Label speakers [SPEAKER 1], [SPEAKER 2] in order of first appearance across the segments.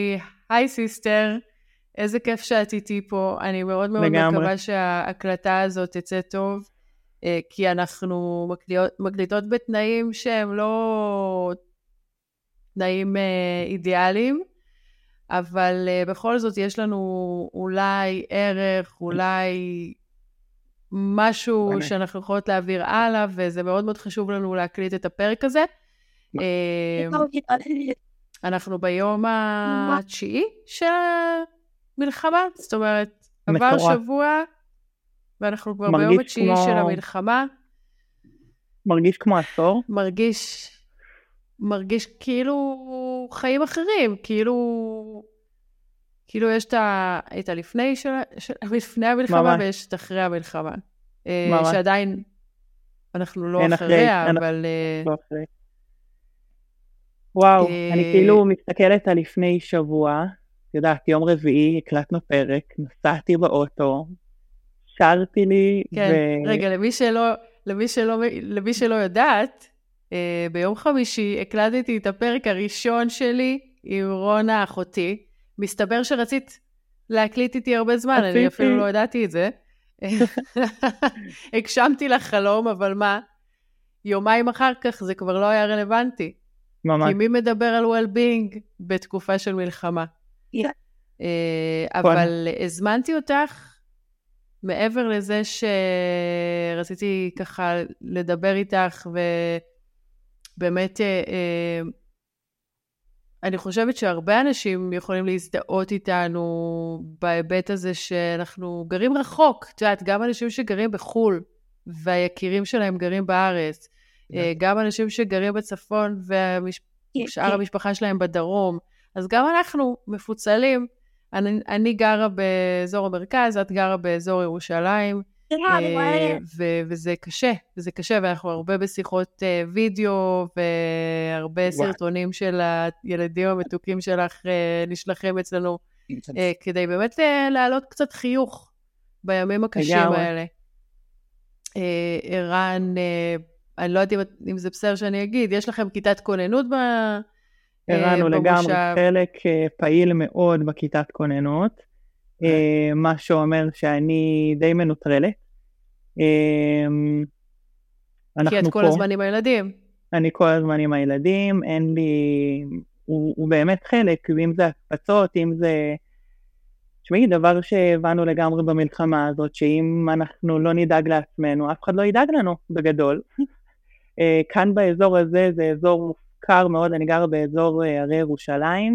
[SPEAKER 1] היי סיסטר, איזה כיף שאת איתי פה. אני מאוד מאוד
[SPEAKER 2] לגמרי.
[SPEAKER 1] מקווה שההקלטה הזאת תצא טוב, כי אנחנו מקליטות בתנאים שהם לא תנאים אידיאליים, אבל בכל זאת יש לנו אולי ערך, אולי משהו שאנחנו יכולות להעביר הלאה, וזה מאוד מאוד חשוב לנו להקליט את הפרק הזה. אנחנו ביום התשיעי של המלחמה, זאת אומרת, עבר שבוע, ואנחנו כבר ביום התשיעי של המלחמה.
[SPEAKER 2] מרגיש כמו עשור?
[SPEAKER 1] מרגיש כאילו חיים אחרים, כאילו יש את הלפני לפני המלחמה, ויש את אחרי המלחמה. שעדיין אנחנו לא אחריה, אבל...
[SPEAKER 2] וואו, אני כאילו מסתכלת על לפני שבוע, יודעת, יום רביעי, הקלטנו פרק, נסעתי באוטו, שרתי לי,
[SPEAKER 1] כן, רגע, למי שלא יודעת, ביום חמישי הקלטתי את הפרק הראשון שלי עם רונה אחותי. מסתבר שרצית להקליט איתי הרבה זמן, אני אפילו לא ידעתי את זה. הגשמתי לך חלום, אבל מה? יומיים אחר כך זה כבר לא היה רלוונטי.
[SPEAKER 2] ממש.
[SPEAKER 1] כי מי מדבר על well-being בתקופה של מלחמה? אבל הזמנתי אותך, מעבר לזה שרציתי ככה לדבר איתך, ובאמת אני חושבת שהרבה אנשים יכולים להזדהות איתנו בהיבט הזה שאנחנו גרים רחוק. את יודעת, גם אנשים שגרים בחול, והיקירים שלהם גרים בארץ, גם אנשים שגרים בצפון, ושאר המשפחה שלהם בדרום. אז גם אנחנו מפוצלים. אני גרה באזור המרכז, את גרה באזור ירושלים, וזה קשה, ואנחנו הרבה בשיחות וידאו, והרבה סרטונים של הילדים המתוקים שלך נשלחים אצלנו, כדי באמת להעלות קצת חיוך בימים הקשים האלה. ערן, אני לא יודעת אם זה בסדר שאני אגיד, יש לכם כיתת כוננות
[SPEAKER 2] ערן הוא לגמרי חלק פעיל מאוד בכיתת כוננות, מה שאומר שאני די מנוטרלת.
[SPEAKER 1] כי את כל הזמן עם הילדים.
[SPEAKER 2] אני כל הזמן עם הילדים, אין לי, הוא באמת חלק, אם זה הקפצות, אם זה, תשמעי, דבר שהבנו לגמרי במלחמה הזאת, שאם אנחנו לא נדאג לעצמנו, אף אחד לא ידאג לנו בגדול. כאן באזור הזה, זה אזור מופקר מאוד, אני גרה באזור הרי ירושלים.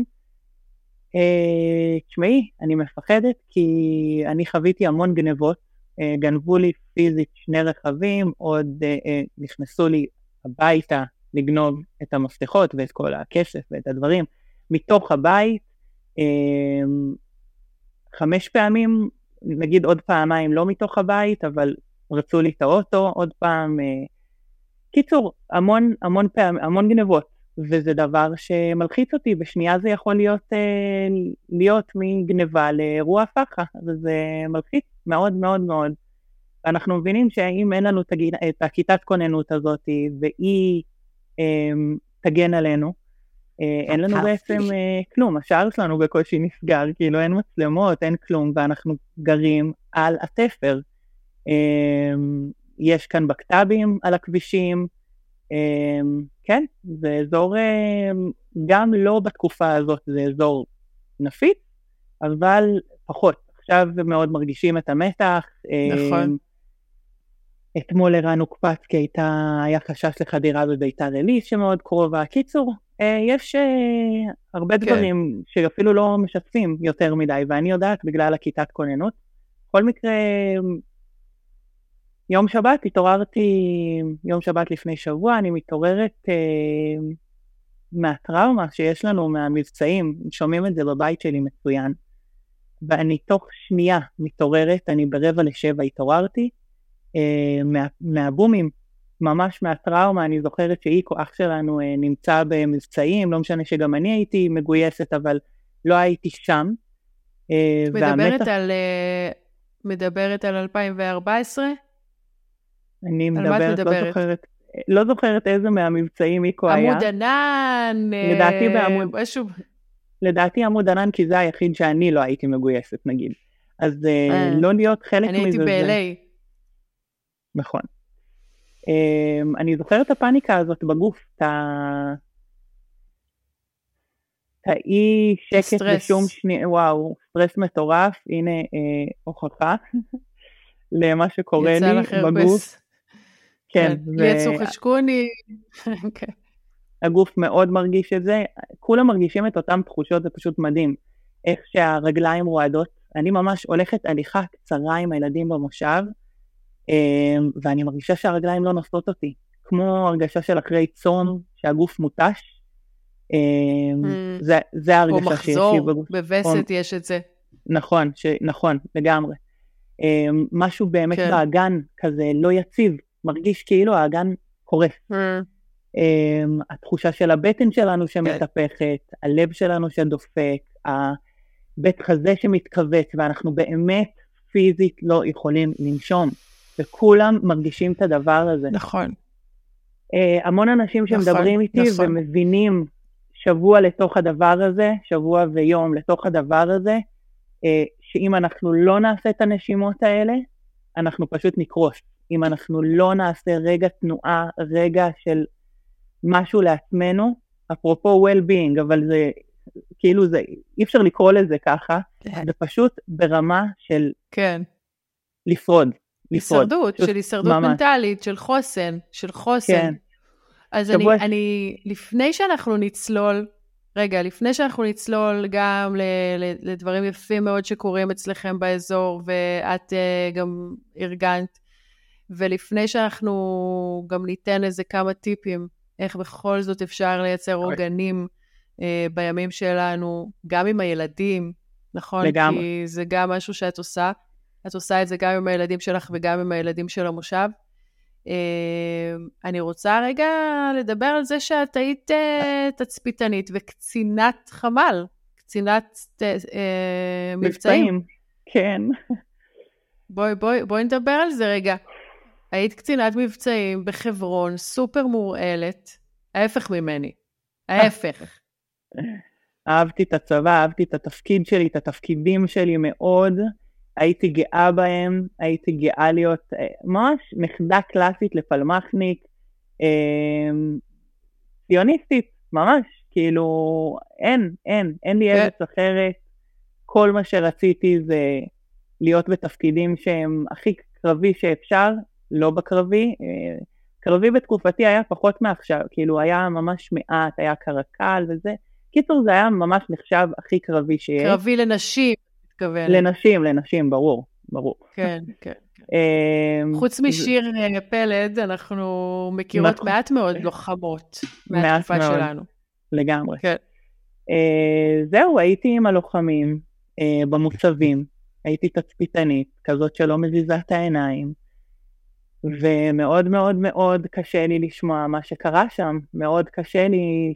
[SPEAKER 2] תשמעי, אני מפחדת כי אני חוויתי המון גנבות, גנבו לי פיזית 2 רכבים, עוד נכנסו לי הביתה לגנוב את המפתחות ואת כל הכסף ואת הדברים מתוך הבית. 5 פעמים, נגיד עוד פעמיים לא מתוך הבית, אבל רצו לי את האוטו, עוד פעם, קיצור, המון גנבות, וזה דבר שמלחיץ אותי, בשנייה זה יכול להיות מגנבה לאירוע פח"ע, וזה מלחיץ מאוד מאוד מאוד. ואנחנו מבינים שאם אין לנו את הכיתת כוננות הזאת, והיא תגן עלינו, אין לנו בעצם כלום, השער שלנו בקושי נסגר, כאילו אין מצלמות, אין כלום, ואנחנו גרים על התפר. יש כאן בקטבים על הכבישים, כן, זה אזור, גם לא בתקופה הזאת, זה אזור נפיץ, אבל פחות. עכשיו מאוד מרגישים את המתח.
[SPEAKER 1] נכון.
[SPEAKER 2] אתמול ערן הוקפץ כי היה חשש לחדירה בביתר עילית שמאוד קרובה. קיצור, יש הרבה דברים שאפילו לא משתפים יותר מדי, ואני יודעת בגלל הכיתת כוננות. בכל מקרה, יום שבת לפני שבוע, אני מתעוררת מהטראומה שיש לנו מהמבצעים, שומעים את זה בבית שלי מצוין, ואני תוך שנייה מתעוררת, אני 6:45 התעוררתי, מהבומים, ממש מהטראומה. אני זוכרת שאיקו, אח שלנו, נמצא במבצעים, לא משנה שגם אני הייתי מגויסת, אבל לא הייתי שם.
[SPEAKER 1] מדברת על 2014?
[SPEAKER 2] אני מדברת, לא זוכרת איזה מהמבצעים איקו היה.
[SPEAKER 1] עמוד ענן,
[SPEAKER 2] לדעתי בעמוד,
[SPEAKER 1] משהו...
[SPEAKER 2] לדעתי עמוד ענן, כי זה היחיד שאני לא הייתי מגויסת נגיד. אז לא להיות חלק מזה.
[SPEAKER 1] אני הייתי ב-LA.
[SPEAKER 2] נכון. אני זוכרת את הפאניקה הזאת בגוף, את האי שקט בשום שניה, וואו, סטרס מטורף, הנה הוכחה למה שקורה לי בגוף.
[SPEAKER 1] כן, יצאו חשקוני.
[SPEAKER 2] הגוף מאוד מרגיש את זה, כולם מרגישים את אותם תחושות, זה פשוט מדהים, איך שהרגליים רועדות, אני ממש הולכת הליכה קצרה עם הילדים במושב, ואני מרגישה שהרגליים לא נושאות אותי, כמו הרגשה של אחרי צום, שהגוף מוטש, זה ההרגשה שיש לי בגוף.
[SPEAKER 1] או מחזור, בווסת יש את זה.
[SPEAKER 2] נכון, נכון, לגמרי. משהו באמת באגן כזה לא יציב, מרגיש כאילו האגן קורס. התחושה של הבטן שלנו שמתהפכת, הלב שלנו שדופק, הבית חזה שמתכווץ, ואנחנו באמת פיזית לא יכולים לנשום, וכולם מרגישים את הדבר הזה.
[SPEAKER 1] נכון.
[SPEAKER 2] המון אנשים שמדברים איתי ומבינים שבוע לתוך הדבר הזה, שבוע ויום לתוך הדבר הזה, שאם אנחנו לא נעשה את הנשימות האלה, אנחנו פשוט נקרוס. אם אנחנו לא נעשה רגע תנועה, רגע של משהו לעצמנו, אפרופו well-being, אבל זה כאילו זה, אי אפשר לקרוא לזה ככה, זה פשוט ברמה של לשרוד.
[SPEAKER 1] הישרדות, של הישרדות מנטלית, של חוסן,
[SPEAKER 2] כן.
[SPEAKER 1] אז אני, לפני שאנחנו נצלול, לפני שאנחנו נצלול גם לדברים יפים מאוד שקורים אצלכם באזור, ואת גם ארגנת, ולפני שאנחנו גם ניתן איזה כמה טיפים, איך בכל זאת אפשר לייצר עוגנים בימים שלנו, גם עם הילדים, נכון?
[SPEAKER 2] לגמרי.
[SPEAKER 1] כי זה גם משהו שאת עושה, את עושה את זה גם עם הילדים שלך וגם עם הילדים של המושב. אני רוצה רגע לדבר על זה שאת היית תצפיתנית וקצינת חמ"ל, קצינת מבצעים.
[SPEAKER 2] כן.
[SPEAKER 1] בואי נדבר על זה רגע. היית קצינת מבצעים בחברון, סופר מורעלת, ההפך ממני, ההפך.
[SPEAKER 2] אהבתי את הצבא, אהבתי את התפקיד שלי, את התפקידים שלי מאוד, הייתי גאה בהם, הייתי גאה להיות ממש נכדה קלאסית לפלמחניק, ציוניסטית, ממש, כאילו אין לי ארץ אחרת, כל מה שרציתי זה להיות בתפקידים שהם הכי קרבי שאפשר, לא בקרבי, קרבי בתקופתי היה פחות מעכשיו, כאילו היה ממש מעט, היה קרקל וזה, קיצור זה היה ממש נחשב הכי קרבי שיש.
[SPEAKER 1] קרבי לנשים, מתכוונת.
[SPEAKER 2] לנשים, ברור.
[SPEAKER 1] כן. חוץ משיר פלד, אנחנו מכירות מעט מאוד לוחמות מהתקופה שלנו.
[SPEAKER 2] לגמרי. כן. זהו, הייתי עם הלוחמים במוצבים, הייתי תצפיתנית, כזאת שלא מזיזה את העיניים, ומאוד מאוד מאוד קשה לי לשמוע מה שקרה שם, מאוד קשה לי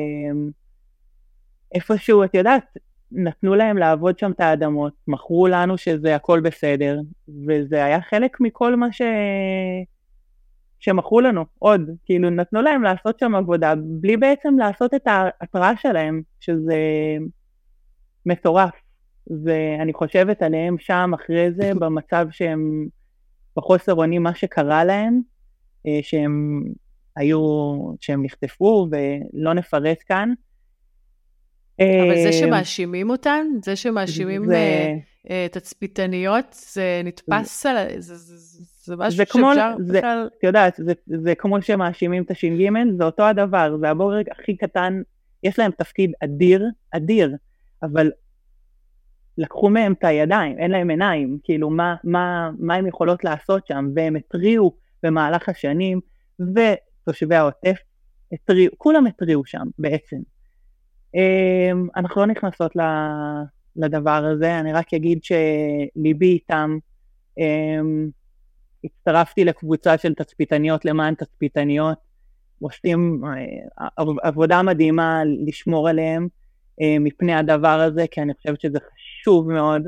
[SPEAKER 2] איפשהו, את יודעת, נתנו להם לעבוד שם את האדמות, מכרו לנו שזה הכל בסדר, וזה היה חלק מכל מה שמכרו לנו, עוד, כאילו נתנו להם לעשות שם עבודה, בלי בעצם לעשות את ההתראה שלהם, שזה מטורף, ואני חושבת עליהם שם אחרי זה, במצב שהם בחוסר אונים מה שקרה להם, שהם נחטפו ולא נפרט כאן.
[SPEAKER 1] אבל זה שמאשימים אותן, זה שמאשימים תצפיתניות, זה נתפס על זה משהו שאפשר בכלל...
[SPEAKER 2] את יודעת, זה כמו שמאשימים את הש"ג, זה אותו הדבר, זה הבורג הכי קטן, יש להם תפקיד אדיר, אבל לקחו מהם את הידיים, אין להם עיניים, כאילו מה הם יכולות לעשות שם, והם התריעו במהלך השנים, ותושבי העוטף התריעו, כולם התריעו שם בעצם. אנחנו לא נכנסות לדבר הזה, אני רק אגיד שליבי איתם, הצטרפתי לקבוצה של תצפיתניות למען תצפיתניות, עושים עבודה מדהימה לשמור עליהם מפני הדבר הזה, כי אני חושבת שזה חשוב מאוד.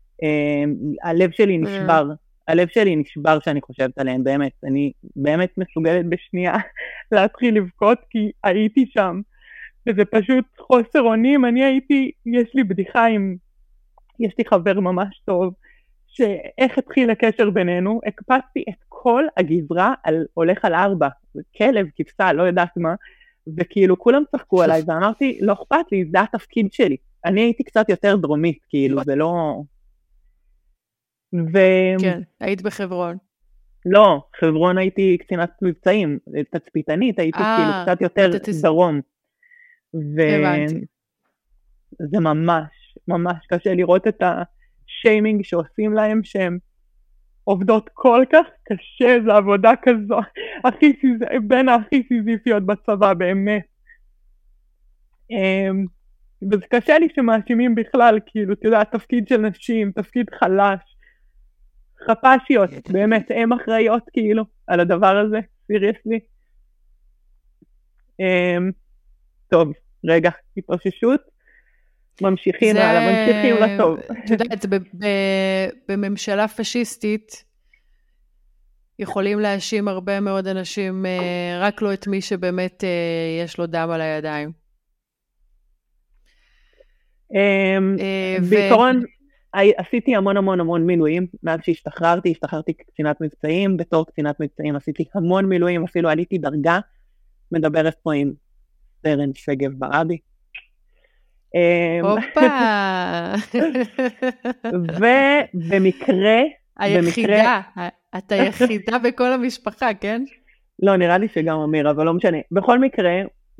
[SPEAKER 2] הלב שלי נשבר שאני חושבת עליהם, באמת, אני באמת מסוגלת בשנייה להתחיל לבכות, כי הייתי שם, וזה פשוט חוסר אונים. יש לי בדיחה יש לי חבר ממש טוב, שאיך התחיל הקשר בינינו, הקפצתי את כל הגזרה הולך על 4, כלב, כבשה, לא יודעת מה, וכאילו כולם צחקו עליי, ואמרתי, לא אכפת לי, זה התפקיד שלי. אני הייתי קצת יותר דרומית, כאילו, זה לא...
[SPEAKER 1] כן, היית בחברון.
[SPEAKER 2] לא, חברון הייתי קצינת מבצעים, תצפיתנית, הייתי כאילו קצת יותר דרום.
[SPEAKER 1] הבנתי.
[SPEAKER 2] וזה ממש, ממש קשה לראות את השיימינג שעושים להם, שהם עובדות כל כך קשה, זו עבודה כזו, בין הכי סיזיפיות בצבא, באמת. וזה קשה לי שמאשימים בכלל, כאילו, אתה יודע, תפקיד של נשים, תפקיד חלש, חפשיות, באמת, הן אחראיות כאילו על הדבר הזה, סיריוסלי. טוב, רגע, התאוששות, ממשיכים הלאה, ממשיכים לטוב.
[SPEAKER 1] את יודעת, בממשלה פשיסטית, יכולים להאשים הרבה מאוד אנשים, רק לא את מי שבאמת יש לו דם על הידיים.
[SPEAKER 2] בעיקרון, עשיתי המון מילואים, מאז שהשתחררתי כקצינת מבצעים, בתור קצינת מבצעים עשיתי המון מילואים, אפילו עליתי דרגה, מדברת פה עם סרן שגב ברבי.
[SPEAKER 1] הופה!
[SPEAKER 2] ובמקרה...
[SPEAKER 1] היחידה, אתה יחידה בכל המשפחה, כן?
[SPEAKER 2] לא, נראה לי שגם אמיר, אבל לא משנה. בכל מקרה,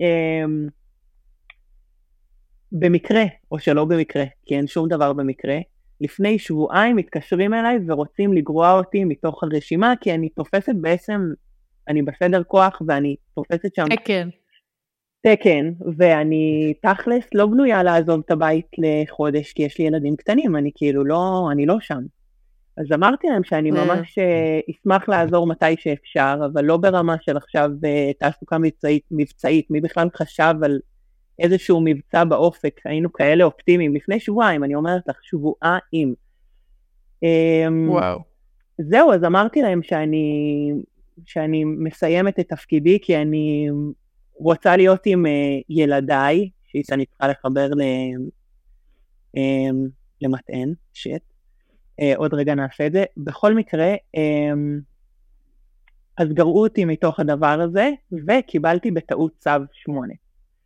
[SPEAKER 2] במקרה, או שלא במקרה, כי אין שום דבר במקרה, לפני שבועיים מתקשרים אליי ורוצים לגרוע אותי מתוך הרשימה, כי אני תופסת בעצם, אני בסדר כוח ואני תופסת שם תקן, ואני תכלס לא בנויה לעזוב את הבית לחודש, כי יש לי ילדים קטנים, אני כאילו לא, אני לא שם. אז אמרתי להם שאני ממש אשמח לעזור מתי שאפשר, אבל לא ברמה של עכשיו תעסוקה מבצעית, מי בכלל חשב על איזשהו מבצע באופק, היינו כאלה אופטימיים, לפני שבועיים, אני אומרת לך, שבועיים.
[SPEAKER 1] וואו.
[SPEAKER 2] זהו, אז אמרתי להם שאני מסיימת את תפקידי, כי אני רוצה להיות עם ילדיי, שאני צריכה לחבר למטען, עוד רגע נעשה את זה. בכל מקרה, אז גרעו אותי מתוך הדבר הזה, וקיבלתי בטעות צו 8.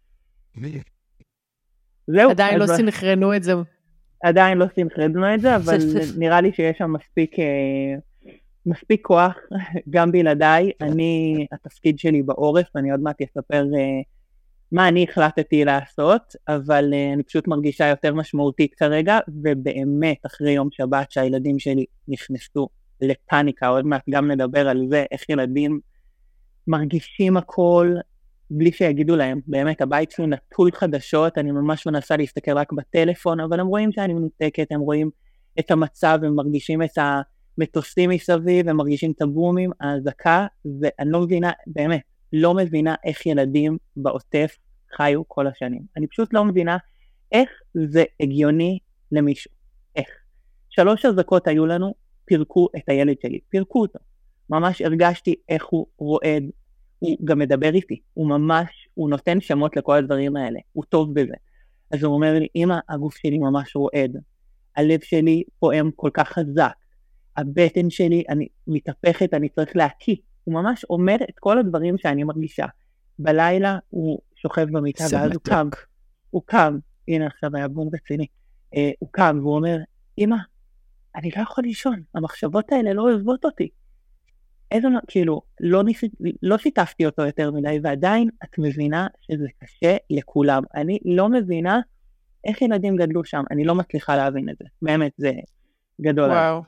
[SPEAKER 2] זהו.
[SPEAKER 1] עדיין לא סנכרנו את זה.
[SPEAKER 2] עדיין לא סנכרנו את זה, אבל נראה לי שיש שם מספיק כוח, גם בלעדיי. התפקיד שלי בעורף, אני עוד מעט אספר מה אני החלטתי לעשות, אבל אני פשוט מרגישה יותר משמעותית כרגע, ובאמת אחרי יום שבת שהילדים שלי נכנסו לפאניקה, עוד מעט גם נדבר על זה, איך ילדים מרגישים הכל, בלי שיגידו להם, באמת הבית שלי נטול חדשות, אני ממש מנסה להסתכל רק בטלפון, אבל הם רואים שאני מנותקת, הם רואים את המצב, הם מרגישים את המטוסים מסביב, הם מרגישים את הבומים, ההזקה, ואני לא מבינה, באמת, לא מבינה איך ילדים בעוטף חיו כל השנים. אני פשוט לא מבינה איך זה הגיוני למישהו. איך? 3 הזקות היו לנו, פירקו את הילד שלי, פירקו אותו. ממש הרגשתי איך הוא רועד, הוא גם מדבר איתי, הוא נותן שמות לכל הדברים האלה, הוא טוב בזה. אז הוא אומר לי, אמא, הגוף שלי ממש רועד, הלב שלי פועם כל כך חזק, הבטן שלי, אני מתהפכת, אני צריך להקיא. הוא ממש אומר את כל הדברים שאני מרגישה. בלילה הוא שוכב במיטה, ואז הוא קם, הנה עכשיו היה בום רציני, הוא קם והוא אומר, אמא, אני לא יכול לישון, המחשבות האלה לא אוהבות אותי. כאילו, לא שיתפתי אותו יותר מדי, ועדיין את מבינה שזה קשה לכולם. אני לא מבינה איך ילדים גדלו שם, אני לא מצליחה להבין את זה. באמת, זה גדול.
[SPEAKER 1] וואו.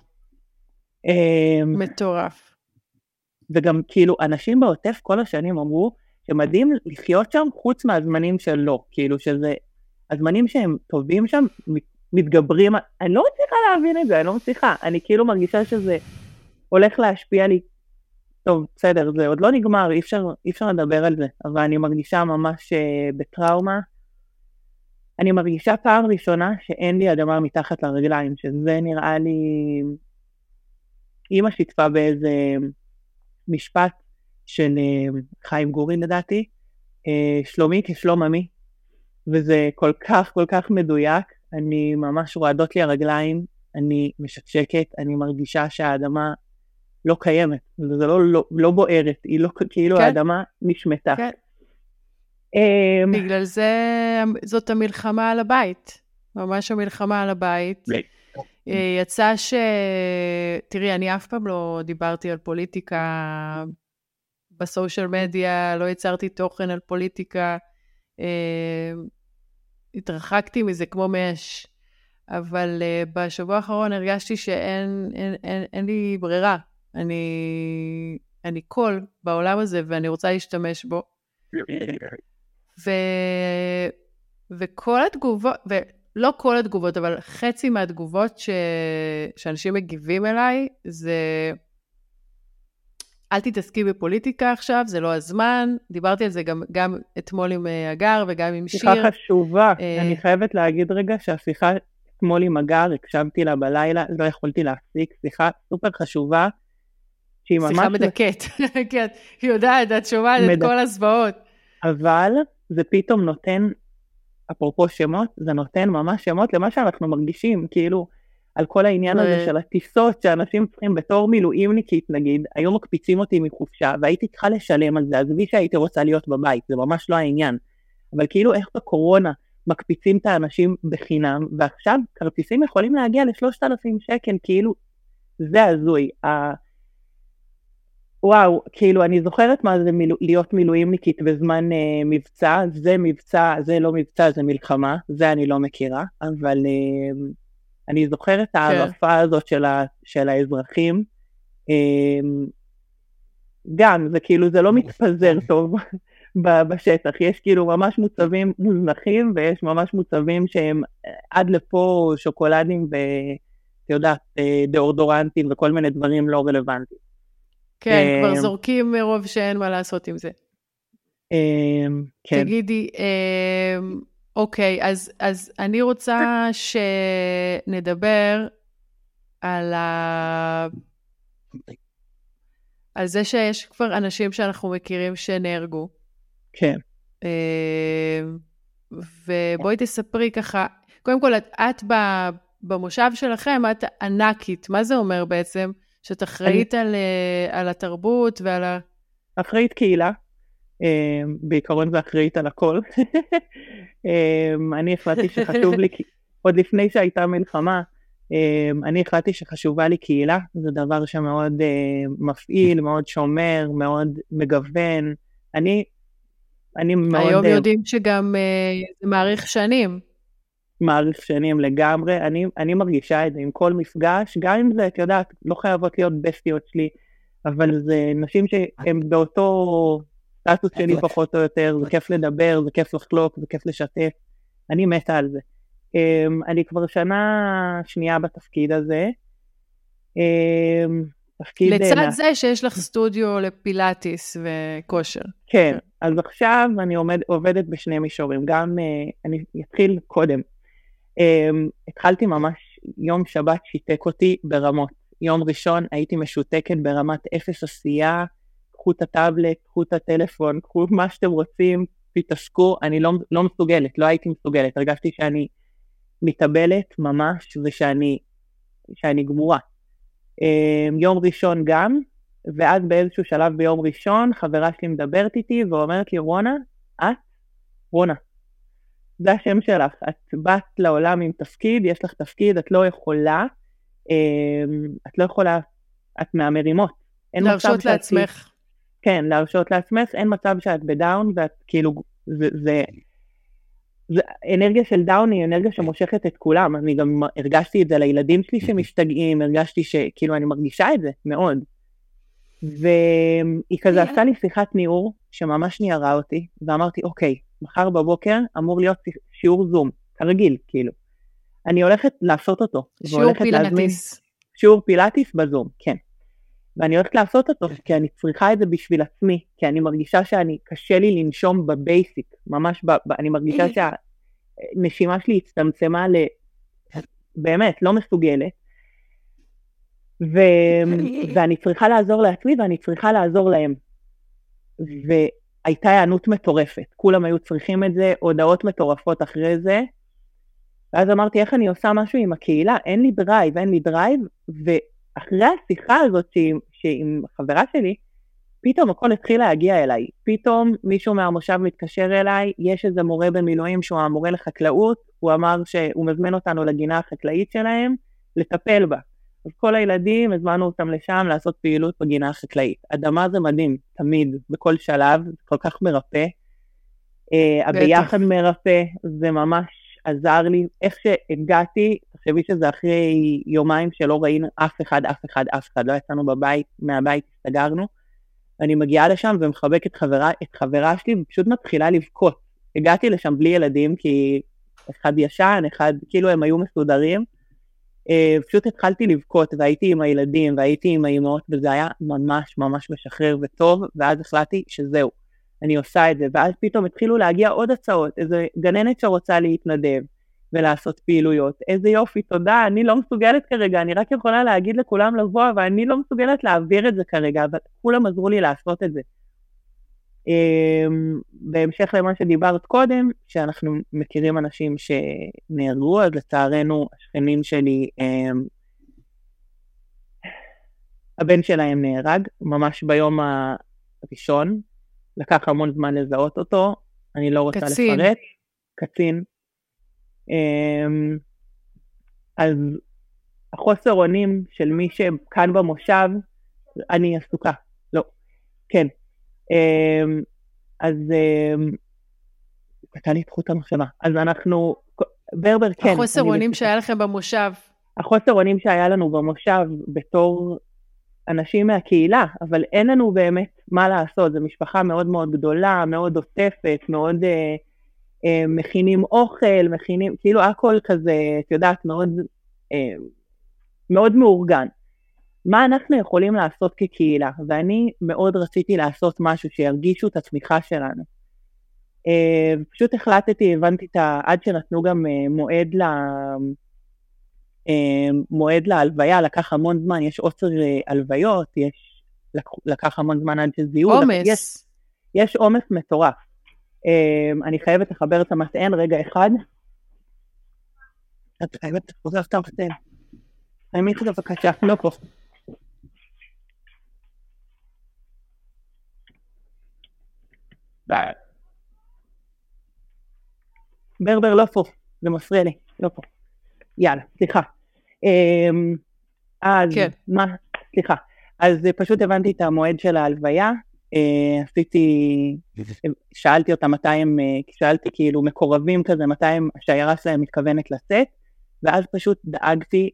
[SPEAKER 1] מטורף.
[SPEAKER 2] וגם כאילו, אנשים בעוטף כל השנים אמרו, שמדהים לחיות שם חוץ מהזמנים שלו, כאילו שזה, הזמנים שהם טובים שם, מתגברים, אני לא מצליחה להבין את זה, אני לא מצליחה, אני כאילו מרגישה שזה הולך להשפיע לי, טוב, בסדר, זה עוד לא נגמר, אי אפשר לדבר על זה, אבל אני מרגישה ממש בטראומה, אני מרגישה פעם ראשונה שאין לי אדמה מתחת לרגליים, שזה נראה לי, אמא שיתפה באיזה משפט של חיים גורין לדעתי, שלומי כשלום עמי, וזה כל כך כל כך מדויק, אני ממש רועדות לי הרגליים, אני משקשקת, אני מרגישה שהאדמה לא קיימת, זה לא בוערת, היא לא, כאילו
[SPEAKER 1] כן.
[SPEAKER 2] האדמה נשמטה.
[SPEAKER 1] כן. בגלל זה, זאת המלחמה על הבית, ממש המלחמה על הבית. יצא תראי, אני אף פעם לא דיברתי על פוליטיקה בסושיאל מדיה, לא יצרתי תוכן על פוליטיקה, התרחקתי מזה כמו מאש, אבל בשבוע האחרון הרגשתי אין לי ברירה, אני קול בעולם הזה ואני רוצה להשתמש בו. וכל התגובות, ולא כל התגובות, אבל חצי מהתגובות שאנשים מגיבים אליי, זה אל תתעסקי בפוליטיקה עכשיו, זה לא הזמן. דיברתי על זה גם אתמול עם אגר וגם עם שיר.
[SPEAKER 2] שיחה חשובה. אני חייבת להגיד רגע שהשיחה אתמול עם אגר, הקשבתי לה בלילה, לא יכולתי להפסיק, שיחה סופר חשובה.
[SPEAKER 1] שיחה מדכאת. כן, היא יודעת, את שומעת את כל הזוועות.
[SPEAKER 2] אבל זה פתאום נותן, אפרופו שמות, זה נותן ממש שמות למה שאנחנו מרגישים, כאילו, על כל העניין הזה של הטיסות, שאנשים צריכים בתור מילואימניקית, נגיד, היו מקפיצים אותי מחופשה, והייתי צריכה לשלם על זה, אז בי שהייתי רוצה להיות בבית, זה ממש לא העניין. אבל כאילו, איך בקורונה מקפיצים את האנשים בחינם, ועכשיו כרטיסים יכולים להגיע ל3,000 שקל, כאילו, זה הזוי. וואו, כאילו, אני זוכרת מה זה להיות מילואימניקית בזמן מבצע, זה מבצע, זה לא מבצע, זה מלחמה, זה אני לא מכירה, אבל אני זוכרת את הערפה הזאת של האזרחים, גם, זה כאילו, זה לא מתפזר טוב בשטח, יש כאילו ממש מוצבים מוזנחים, ויש ממש מוצבים שהם עד לפה שוקולדים ויודעת, דאורדורנטים וכל מיני דברים לא רלוונטיים.
[SPEAKER 1] כן, כבר זורקים מרוב שאין מה לעשות עם זה.
[SPEAKER 2] כן.
[SPEAKER 1] תגידי, אוקיי, אז אני רוצה שנדבר על זה שיש כבר אנשים שאנחנו מכירים שנהרגו.
[SPEAKER 2] כן.
[SPEAKER 1] ובואי תספרי ככה, קודם כל, את במושב שלכם, את ענקית, מה זה אומר בעצם? שאת אחראית על התרבות ועל
[SPEAKER 2] אחראית קהילה, בעיקרון זה אחראית על הכל. אני החלטתי שחשוב לי, עוד לפני שהייתה מלחמה, אני החלטתי שחשובה לי קהילה, זה דבר שמאוד מפעיל, מאוד שומר, מאוד מגוון. אני מאוד...
[SPEAKER 1] היום יודעים שגם זה מעריך שנים.
[SPEAKER 2] מעריך שנים לגמרי, אני מרגישה את זה עם כל מפגש, גם אם זה, את יודעת, לא חייבות להיות בסטיות שלי, אבל זה נשים שהן באותו סטטוס שלי פחות או יותר, זה כיף לדבר, זה כיף לחלוק, זה כיף לשתף, אני מתה על זה. אני כבר שנה שנייה בתפקיד הזה.
[SPEAKER 1] לצד זה שיש לך סטודיו לפילאטיס וכושר.
[SPEAKER 2] כן, אז עכשיו אני עובדת בשני מישורים, גם אני אתחיל קודם. התחלתי ממש, יום שבת שיתק אותי ברמות. יום ראשון הייתי משותקת ברמת 0 עשייה, קחו את הטאבלט, קחו את הטלפון, קחו מה שאתם רוצים, תתעסקו, אני לא מסוגלת, לא הייתי מסוגלת, הרגשתי שאני מתאבלת ממש, ושאני גמורה. יום ראשון גם, ואז באיזשהו שלב ביום ראשון, חברה שלי מדברת איתי, ואומרת לי, רונה, רונה, זה השם שלך, את באת לעולם עם תפקיד, יש לך תפקיד, את לא יכולה, את מהמרימות.
[SPEAKER 1] להרשות לעצמך.
[SPEAKER 2] כן, להרשות לעצמך, אין מצב שאת בדאון, ואת כאילו, זה אנרגיה של דאון, היא אנרגיה שמושכת את כולם, אני גם הרגשתי את זה לילדים שלי שמשתגעים, הרגשתי שכאילו אני מרגישה את זה מאוד, והיא כזה עשתה לי שיחת ניעור, שממש ניערה אותי, ואמרתי, אוקיי, מחר בבוקר אמור להיות שיעור זום, כרגיל, כאילו. אני הולכת לעשות אותו.
[SPEAKER 1] שיעור פילאטיס.
[SPEAKER 2] שיעור פילאטיס בזום, כן. ואני הולכת לעשות אותו, כי אני צריכה את זה בשביל עצמי, כי אני מרגישה קשה לי לנשום בבייסיק, ממש, אני מרגישה שהנשימה שלי הצטמצמה באמת, לא מסוגלת, ואני צריכה לעזור לעצמי, ואני צריכה לעזור להם. הייתה הענות מטורפת, כולם היו צריכים את זה, הודעות מטורפות אחרי זה, ואז אמרתי, איך אני עושה משהו עם הקהילה? אין לי דרייב, ואחרי השיחה הזאת שעם חברה שלי, פתאום הכל התחיל להגיע אליי, פתאום מישהו מהמושב מתקשר אליי, יש איזה מורה במילואים שהוא המורה לחקלאות, הוא אמר שהוא מזמן אותנו לגינה החקלאית שלהם, לטפל בה. אז כל הילדים הזמנו אותם לשם לעשות פעילות בגינה החקלאית. אדמה זה מדהים, תמיד, בכל שלב, זה כל כך מרפא. הביחד מרפא, זה ממש עזר לי. איך שהגעתי, תחשבי שזה אחרי יומיים שלא ראינו אף אחד, לא יצאנו בבית, מהבית הסתגרנו. אני מגיעה לשם ומחבק את חברה שלי, ופשוט מתחילה לבכות. הגעתי לשם בלי ילדים, כי אחד ישן, אחד, כאילו הם היו מסודרים, פשוט התחלתי לבכות, והייתי עם הילדים, והייתי עם האימהות, וזה היה ממש ממש משחרר וטוב, ואז החלטתי שזהו, אני עושה את זה, ואז פתאום התחילו להגיע עוד הצעות, איזה גננת שרוצה להתנדב, ולעשות פעילויות, איזה יופי, תודה, אני לא מסוגלת כרגע, אני רק יכולה להגיד לכולם לבוא, אבל אני לא מסוגלת להעביר את זה כרגע, אבל כולם עזרו לי לעשות את זה. בהמשך למה שדיברת קודם, שאנחנו מכירים אנשים שנהרגו, אז לצערנו השכנים שלי, הבן שלהם נהרג, ממש ביום הראשון, לקח המון זמן לזהות אותו, אני לא רוצה לפרט, קצין. אז החוסר אונים של מי שכאן במושב, אני עסוקה, לא, כן. אז קטע לי את חוט המחשבה, אז אנחנו, ברבר כן.
[SPEAKER 1] החוסר אונים שהיה לכם במושב.
[SPEAKER 2] החוסר אונים שהיה לנו במושב בתור אנשים מהקהילה, אבל אין לנו באמת מה לעשות, זו משפחה מאוד מאוד גדולה, מאוד עוטפת, מאוד מכינים אוכל, מכינים, כאילו הכל כזה, את יודעת, מאוד, מאוד מאורגן. מה אנחנו יכולים לעשות כקהילה? ואני מאוד רציתי לעשות משהו שירגישו את התמיכה שלנו. פשוט החלטתי, הבנתי עד שנתנו גם מועד להלוויה, לקח המון זמן, יש עוצר הלוויות, לקח המון זמן עד שזיהו.
[SPEAKER 1] עומס.
[SPEAKER 2] יש עומס מטורף. אני חייבת לחבר את המטען, רגע אחד. את חייבת לחבר את המטען. אני מתחילה בבקשה, לא פה. ברבר לא פה, זה מפריע לי, לא פה. יאללה, סליחה. אז, כן. מה, סליחה. אז פשוט הבנתי את המועד של ההלוויה, שאלתי אותה מתי הם, שאלתי כאילו מקורבים כזה, מתי השיירה שלהם מתכוונת לצאת, ואז פשוט דאגתי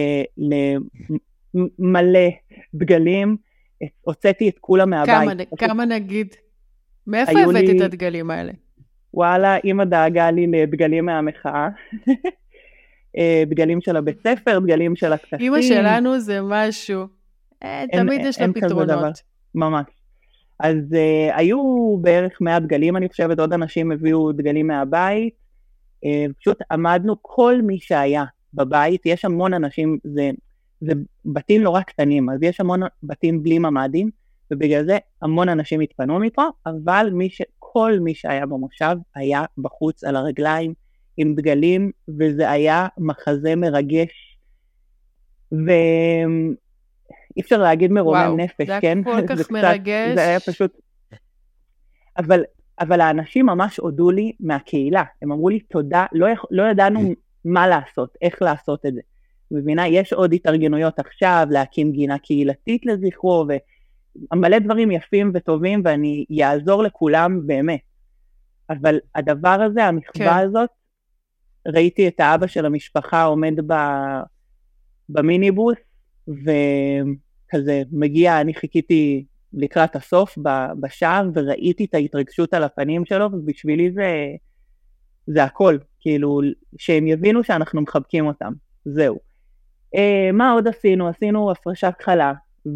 [SPEAKER 2] למלא דגלים, הוצאתי את כולם מהבית.
[SPEAKER 1] כמה נגיד? מאיפה הבאת את הדגלים האלה?
[SPEAKER 2] וואלה, אמא דאגה לי לדגלים מהמחאה, דגלים של הבית ספר, דגלים של הכספים.
[SPEAKER 1] אמא שלנו זה משהו, תמיד יש לה פתרונות.
[SPEAKER 2] ממש. אז היו בערך 100 דגלים, אני חושבת, עוד אנשים הביאו דגלים מהבית, פשוט עמדנו כל מי שהיה בבית, יש המון אנשים, זה בתים לא רק קטנים, אז יש המון בתים בלי ממדים, ובגלל זה המון אנשים התפנו מפה, אבל כל מי שהיה במושב היה בחוץ על הרגליים עם דגלים, וזה היה מחזה מרגש, ואי אפשר להגיד מרומם נפש, כן?
[SPEAKER 1] זה כל כך מרגש.
[SPEAKER 2] זה היה פשוט, אבל האנשים ממש הודו לי מהקהילה, הם אמרו לי תודה, לא ידענו מה לעשות, איך לעשות את זה. מבינה, יש עוד התארגנויות עכשיו, להקים גינה קהילתית לזכרו, ומלא דברים יפים וטובים, ואני יעזור לכולם באמת. אבל הדבר הזה, המחווה הזאת, ראיתי את האבא של המשפחה עומד במיניבוס, וכזה מגיע, אני חיכיתי לקראת הסוף בשער, וראיתי את ההתרגשות על הפנים שלו, ובשבילי זה הכל, כאילו, שהם יבינו שאנחנו מחבקים אותם, זהו. מה עוד עשינו? עשינו הפרשת חלה,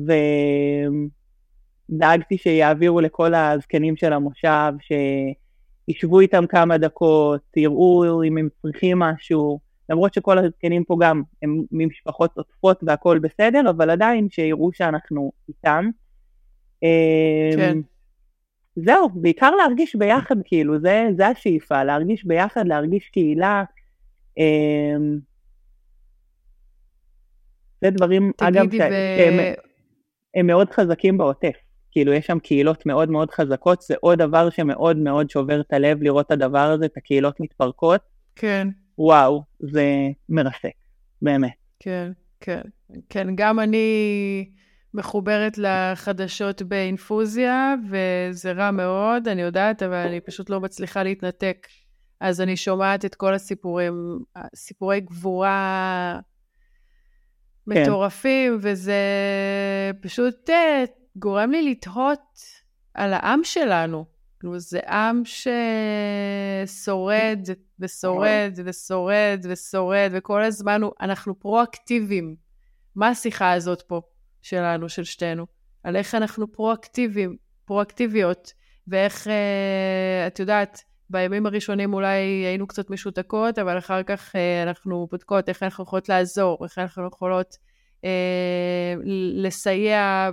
[SPEAKER 2] ודאגתי שיעבירו לכל הזקנים של המושב, שישבו איתם כמה דקות, תראו אם הם צריכים משהו, למרות שכל הזקנים פה גם הם ממשפחות עוטפות והכל בסדר, אבל עדיין שיראו שאנחנו איתם.
[SPEAKER 1] כן.
[SPEAKER 2] זהו, בעיקר להרגיש ביחד, כאילו, זה השאיפה, להרגיש ביחד, להרגיש קהילה. זה דברים, אגב, שהם מאוד חזקים בעוטף. כאילו, יש שם קהילות מאוד מאוד חזקות, זה עוד דבר שמאוד מאוד שובר את הלב לראות את הדבר הזה, את הקהילות מתפרקות.
[SPEAKER 1] כן.
[SPEAKER 2] וואו, זה מרסק, באמת.
[SPEAKER 1] כן, כן. כן, גם אני מחוברת לחדשות באינפוזיה, וזה רע מאוד, אני יודעת, אבל אני פשוט לא מצליחה להתנתק. אז אני שומעת את כל הסיפורים, סיפורי גבורה מטורפים, וזה פשוט גורם לי לתהות על העם שלנו. זה עם ששורד ושורד ושורד ושורד, וכל הזמן אנחנו פרואקטיביים. מה השיחה הזאת פה שלנו, של שתינו? על איך אנחנו פרואקטיביות, ואיך, את יודעת, בימים הראשונים אולי היינו קצת משותקות, אבל אחר כך אנחנו בודקות איך אנחנו יכולות לעזור, איך אנחנו יכולות לסייע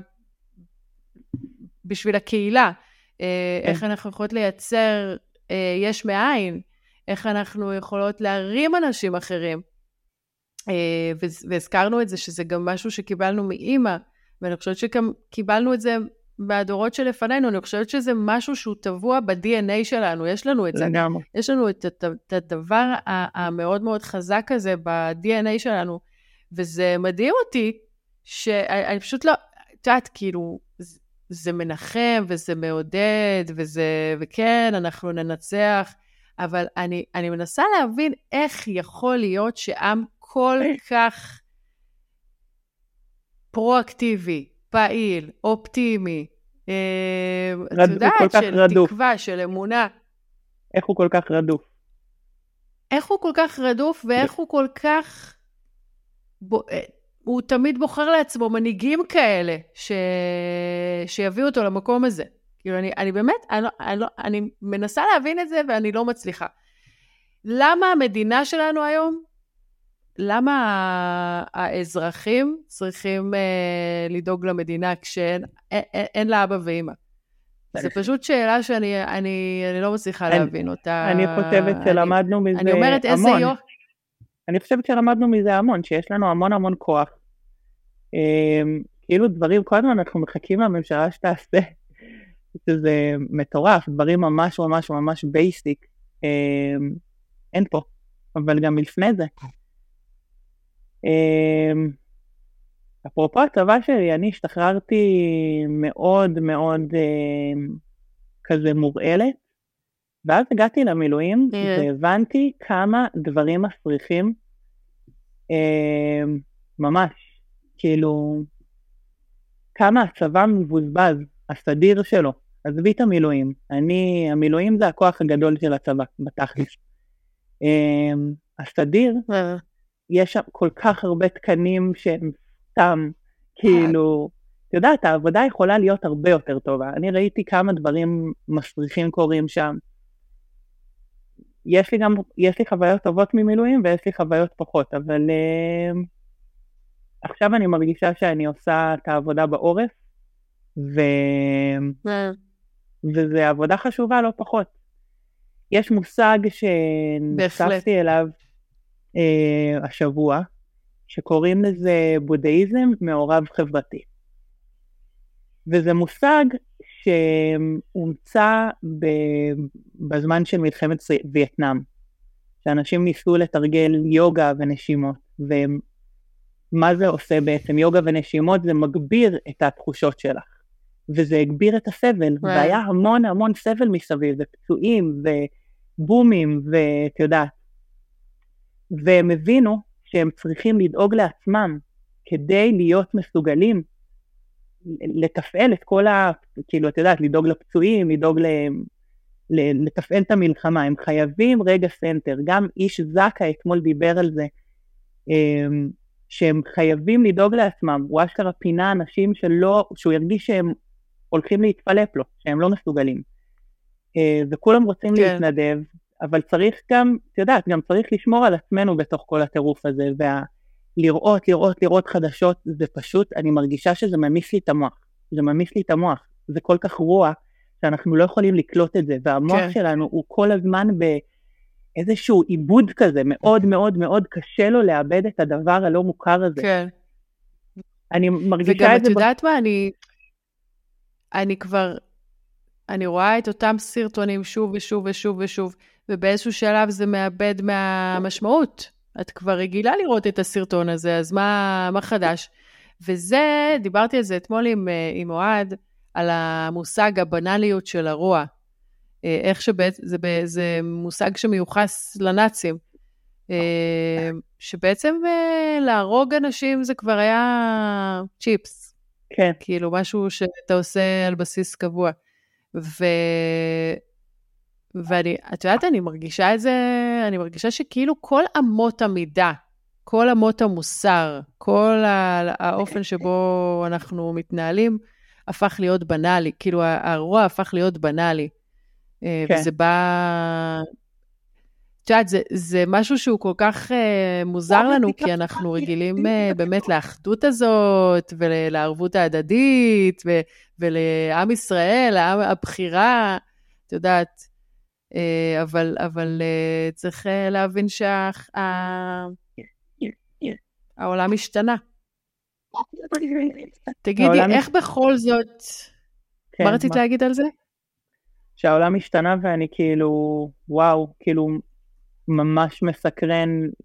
[SPEAKER 1] בשביל הקהילה, איך אנחנו יכולות לייצר יש מאין, איך אנחנו יכולות להרים אנשים אחרים. והזכרנו את זה, שזה גם משהו שקיבלנו מאמא, ואני חושבת שגם קיבלנו את זה מהדורות שלפנינו, אני חושבת שזה משהו שהוא טבוע ב-DNA שלנו, יש לנו את זה. יש לנו את הדבר המאוד מאוד חזק הזה ב-DNA שלנו, וזה מדהים אותי, שאני פשוט לא, תעת, כאילו, זה מנחם, וזה מעודד, וכן, אנחנו ננצח, אבל אני מנסה להבין איך יכול להיות שעם כל כך פרואקטיבי, פעיל, אופטימי, את יודעת, של תקווה, של אמונה.
[SPEAKER 2] איך הוא כל כך רדוף?
[SPEAKER 1] איך הוא כל כך רדוף, ואיך הוא כל כך, הוא תמיד בוחר לעצמו מנהיגים כאלה, שיביאו אותו למקום הזה. כאילו, אני באמת, אני מנסה להבין את זה, ואני לא מצליחה. למה המדינה שלנו היום, למה האזרחים צריכים לדאוג למדינה כשאין לה אבא ואמא? זו פשוט שאלה שאני לא מצליחה להבין אותה.
[SPEAKER 2] אני חושבת שלמדנו מזה המון.
[SPEAKER 1] אני אומרת איזה יופי.
[SPEAKER 2] אני חושבת שלמדנו מזה המון, שיש לנו המון המון כוח. כאילו דברים, קודם אנחנו מחכים לממשלה שתעשה, שזה מטורף, דברים ממש ממש ממש בייסיק. אין פה, אבל גם מלפני זה. אפרופו הצבא שלי, אני השתחררתי מאוד מאוד כזה מורעלת, ואז הגעתי למילואים והבנתי כמה דברים מסריחים, ממש, כאילו, כמה הצבא מבוזבז, הסדיר שלו. עזבי את המילואים, המילואים זה הכוח הגדול של הצבא, בתכלס. הסדיר, יש שם כל כך הרבה תקנים שהם סתם, כאילו, אתה יודעת, העבודה יכולה להיות הרבה יותר טובה. אני ראיתי כמה דברים מסריחים קורים שם. יש לי חוויות טובות ממילואים, ויש לי חוויות פחות, אבל עכשיו אני מרגישה שאני עושה את העבודה בעורף, וזה עבודה חשובה לא פחות. יש מושג שנחשפתי אליו השבוע, שקוראים לזה בודהיזם מעורב חברתי. וזה מושג שהומצא בזמן של מלחמת וייטנאם, שאנשים ניסו לתרגל יוגה ונשימות, ומה זה עושה בעצם? יוגה ונשימות זה מגביר את התחושות שלך, וזה הגביר את הסבל, והיה המון המון סבל מסביב, ופצועים ובומים, ואת יודעת, והם הבינו שהם צריכים לדאוג לעצמם, כדי להיות מסוגלים לתפעל את כל כאילו, את יודעת, לדאוג לפצועים, לדאוג לתפעל את המלחמה, הם חייבים רגע סנטר, גם איש זקה אתמול דיבר על זה, שהם חייבים לדאוג לעצמם, הוא אשכרה פינה אנשים שהוא ירגיש שהם הולכים להתפלפ לו, שהם לא מסוגלים, וכולם רוצים להתנדב, אבל צריך גם, את יודעת, גם צריך לשמור על עצמנו בתוך כל הטירוף הזה, לראות חדשות, זה פשוט, אני מרגישה שזה ממיס לי את המוח, זה כל כך רוע, שאנחנו לא יכולים לקלוט את זה, והמוח
[SPEAKER 1] כן.
[SPEAKER 2] שלנו הוא כל הזמן באיזשהו עיבוד כזה, מאוד מאוד מאוד קשה לו לאבד את הדבר הלא מוכר הזה.
[SPEAKER 1] כן.
[SPEAKER 2] אני מרגישה
[SPEAKER 1] וגם
[SPEAKER 2] את
[SPEAKER 1] את
[SPEAKER 2] זה...
[SPEAKER 1] יודעת מה, אני רואה את אותם סרטונים שוב ושוב ושוב ושוב, ובאיזשהו שלב זה מאבד מהמשמעות. את כבר רגילה לראות את הסרטון הזה, אז מה חדש? וזה, דיברתי על זה אתמול עם אוהד, על המושג הבנליות של הרוע. איך זה מושג שמיוחס לנאצים. שבעצם להרוג אנשים זה כבר היה צ'יפס.
[SPEAKER 2] כן.
[SPEAKER 1] כאילו משהו שאתה עושה על בסיס קבוע. ואני, את יודעת, אני מרגישה את זה, אני מרגישה שכאילו כל אמות המידה, כל אמות המוסר, כל האופן שבו אנחנו מתנהלים, הפך להיות בנאלי, כאילו הרוע הפך להיות בנאלי. כן. וזה בא... את יודעת, זה משהו שהוא כל כך מוזר לנו, כי אנחנו רגילים באמת לאחדות הזאת, ולערבות ההדדית, ולעם ישראל, הבחירה, את יודעת, אבל צריך להבין שהעולם השתנה. תגידי, איך בכל זאת, מה רצית להגיד על זה?
[SPEAKER 2] שהעולם השתנה ואני כאילו, וואו, כאילו ממש מסקרן,